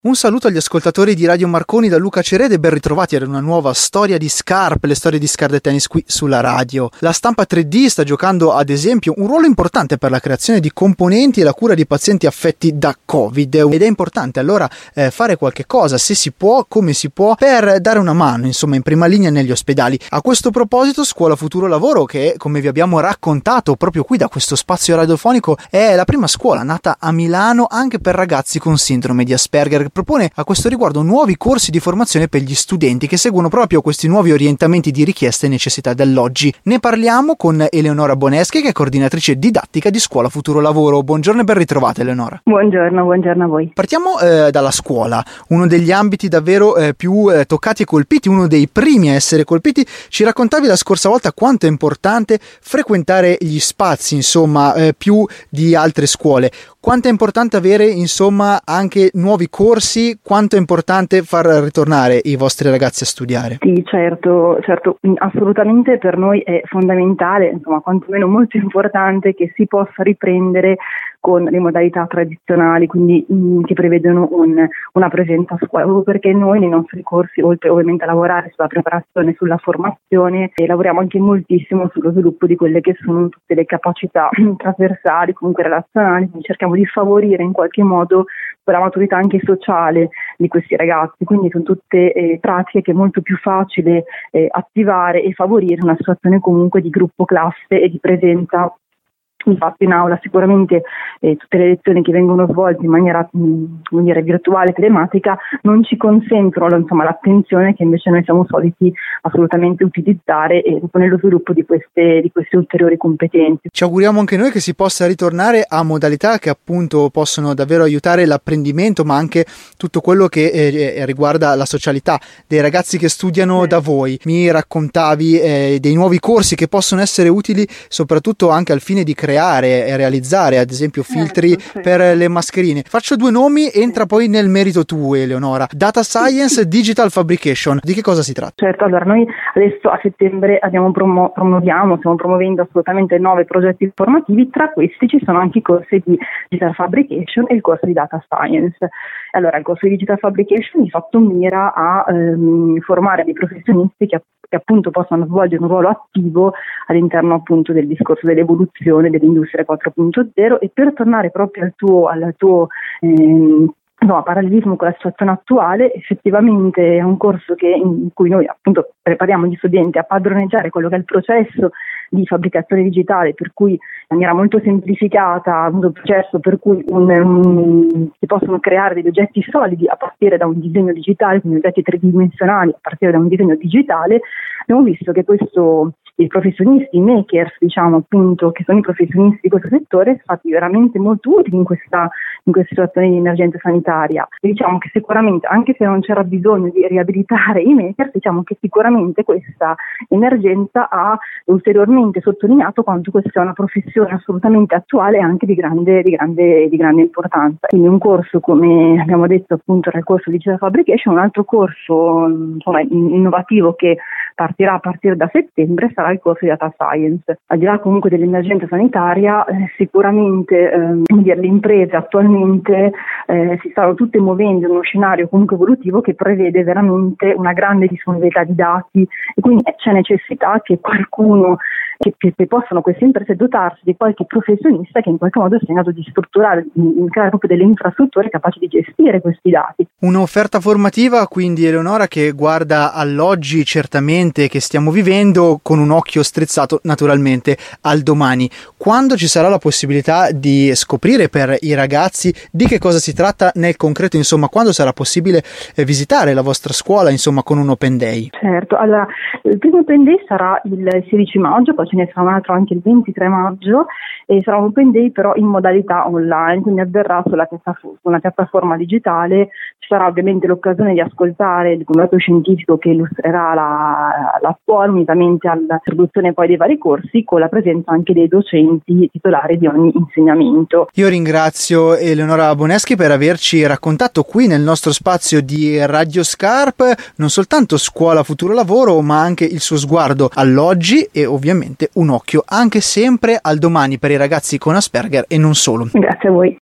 Un saluto agli ascoltatori di Radio Marconi da Luca Cerede e ben ritrovati ad una nuova storia di scarpe, le storie di Scarpe Tennis qui sulla radio. La stampa 3D sta giocando ad esempio un ruolo importante per la creazione di componenti e la cura di pazienti affetti da Covid ed è importante allora fare qualche cosa, se si può, come si può, per dare una mano insomma in prima linea negli ospedali. A questo proposito Scuola Futuro Lavoro, che come vi abbiamo raccontato proprio qui da questo spazio radiofonico, è la prima scuola nata a Milano anche per ragazzi con sindrome di Asperger. Propone a questo riguardo nuovi corsi di formazione per gli studenti che seguono proprio questi nuovi orientamenti di richieste e necessità dell'oggi. Ne parliamo con Eleonora Boneschi, che è coordinatrice didattica di Scuola Futuro Lavoro. Buongiorno e ben ritrovata, Eleonora. Buongiorno a voi. Partiamo dalla scuola, uno degli ambiti davvero più toccati e colpiti, uno dei primi a essere colpiti. Ci raccontavi la scorsa volta quanto è importante frequentare gli spazi, insomma, più di altre scuole. Quanto è importante avere, insomma, anche nuovi corsi, quanto è importante far ritornare i vostri ragazzi a studiare? Sì, certo, assolutamente per noi è fondamentale, insomma, quantomeno molto importante che si possa riprendere con le modalità tradizionali, quindi che prevedono una presenza a scuola, proprio perché noi nei nostri corsi, oltre ovviamente a lavorare sulla preparazione, sulla formazione, lavoriamo anche moltissimo sullo sviluppo di quelle che sono tutte le capacità trasversali, comunque relazionali, quindi cerchiamo di favorire in qualche modo la maturità anche sociale di questi ragazzi, quindi sono tutte pratiche che è molto più facile attivare e favorire una situazione comunque di gruppo classe e di presenza. Infatti in aula sicuramente tutte le lezioni che vengono svolte in maniera virtuale, telematica, non ci consentono insomma l'attenzione che invece noi siamo soliti assolutamente utilizzare nello sviluppo di queste ulteriori competenze. Ci auguriamo anche noi che si possa ritornare a modalità che appunto possono davvero aiutare l'apprendimento, ma anche tutto quello che riguarda la socialità dei ragazzi che studiano da voi. Mi raccontavi dei nuovi corsi che possono essere utili soprattutto anche al fine di creare e realizzare ad esempio filtri per le mascherine. Faccio due nomi, entra poi nel merito tu, Eleonora. Data Science, Digital Fabrication, di che cosa si tratta? Certo, allora noi adesso a settembre stiamo promuovendo assolutamente 9 progetti formativi, tra questi ci sono anche i corsi di Digital Fabrication e il corso di Data Science. Allora il corso di Digital Fabrication di fatto mira a formare dei professionisti che appunto possano svolgere un ruolo attivo all'interno appunto del discorso dell'evoluzione dell'industria 4.0 e per tornare proprio al tuo parallelismo con la situazione attuale, effettivamente è un corso in cui noi appunto prepariamo gli studenti a padroneggiare quello che è il processo di fabbricazione digitale, per cui in maniera molto semplificata, un processo per cui si possono creare degli oggetti solidi a partire da un disegno digitale, quindi oggetti tridimensionali a partire da un disegno digitale. Abbiamo visto che i professionisti, i makers, diciamo appunto, che sono i professionisti di questo settore, sono stati veramente molto utili in questa situazione di emergenza sanitaria. E diciamo che sicuramente, anche se non c'era bisogno di riabilitare i makers, diciamo che sicuramente questa emergenza ha ulteriormente sottolineato quanto questa è una professione assolutamente attuale e anche di grande importanza. Quindi un corso, come abbiamo detto appunto, era il corso di Digital Fabrication, un altro corso innovativo che partirà a partire da settembre sarà il corso di Data Science. Al di là comunque dell'emergenza sanitaria, sicuramente le imprese attualmente si stanno tutte muovendo in uno scenario comunque evolutivo che prevede veramente una grande disponibilità di dati e quindi c'è necessità che qualcuno che possano queste imprese dotarsi di qualche professionista che in qualche modo sia in grado di strutturare, di creare proprio delle infrastrutture capaci di gestire questi dati. Un'offerta formativa quindi, Eleonora, che guarda all'oggi certamente che stiamo vivendo con un occhio strizzato naturalmente al domani. Quando ci sarà la possibilità di scoprire per i ragazzi di che cosa si tratta nel concreto, insomma, quando sarà possibile visitare la vostra scuola, insomma, con un Open Day? Certo, allora il primo Open Day sarà il 16 maggio, poi ce ne sarà un altro anche il 23 maggio e sarà un Open Day però in modalità online, quindi avverrà sulla piattaforma digitale. Ci sarà ovviamente l'occasione di ascoltare il comitato scientifico che illustrerà la scuola unitamente alla produzione poi dei vari corsi, con la presenza anche dei docenti titolari di ogni insegnamento. Io ringrazio Eleonora Boneschi per averci raccontato qui nel nostro spazio di Radio Scarpe non soltanto Scuola Futuro Lavoro, ma anche il suo sguardo all'oggi e ovviamente un occhio anche sempre al domani per i ragazzi con Asperger e non solo. Grazie a voi.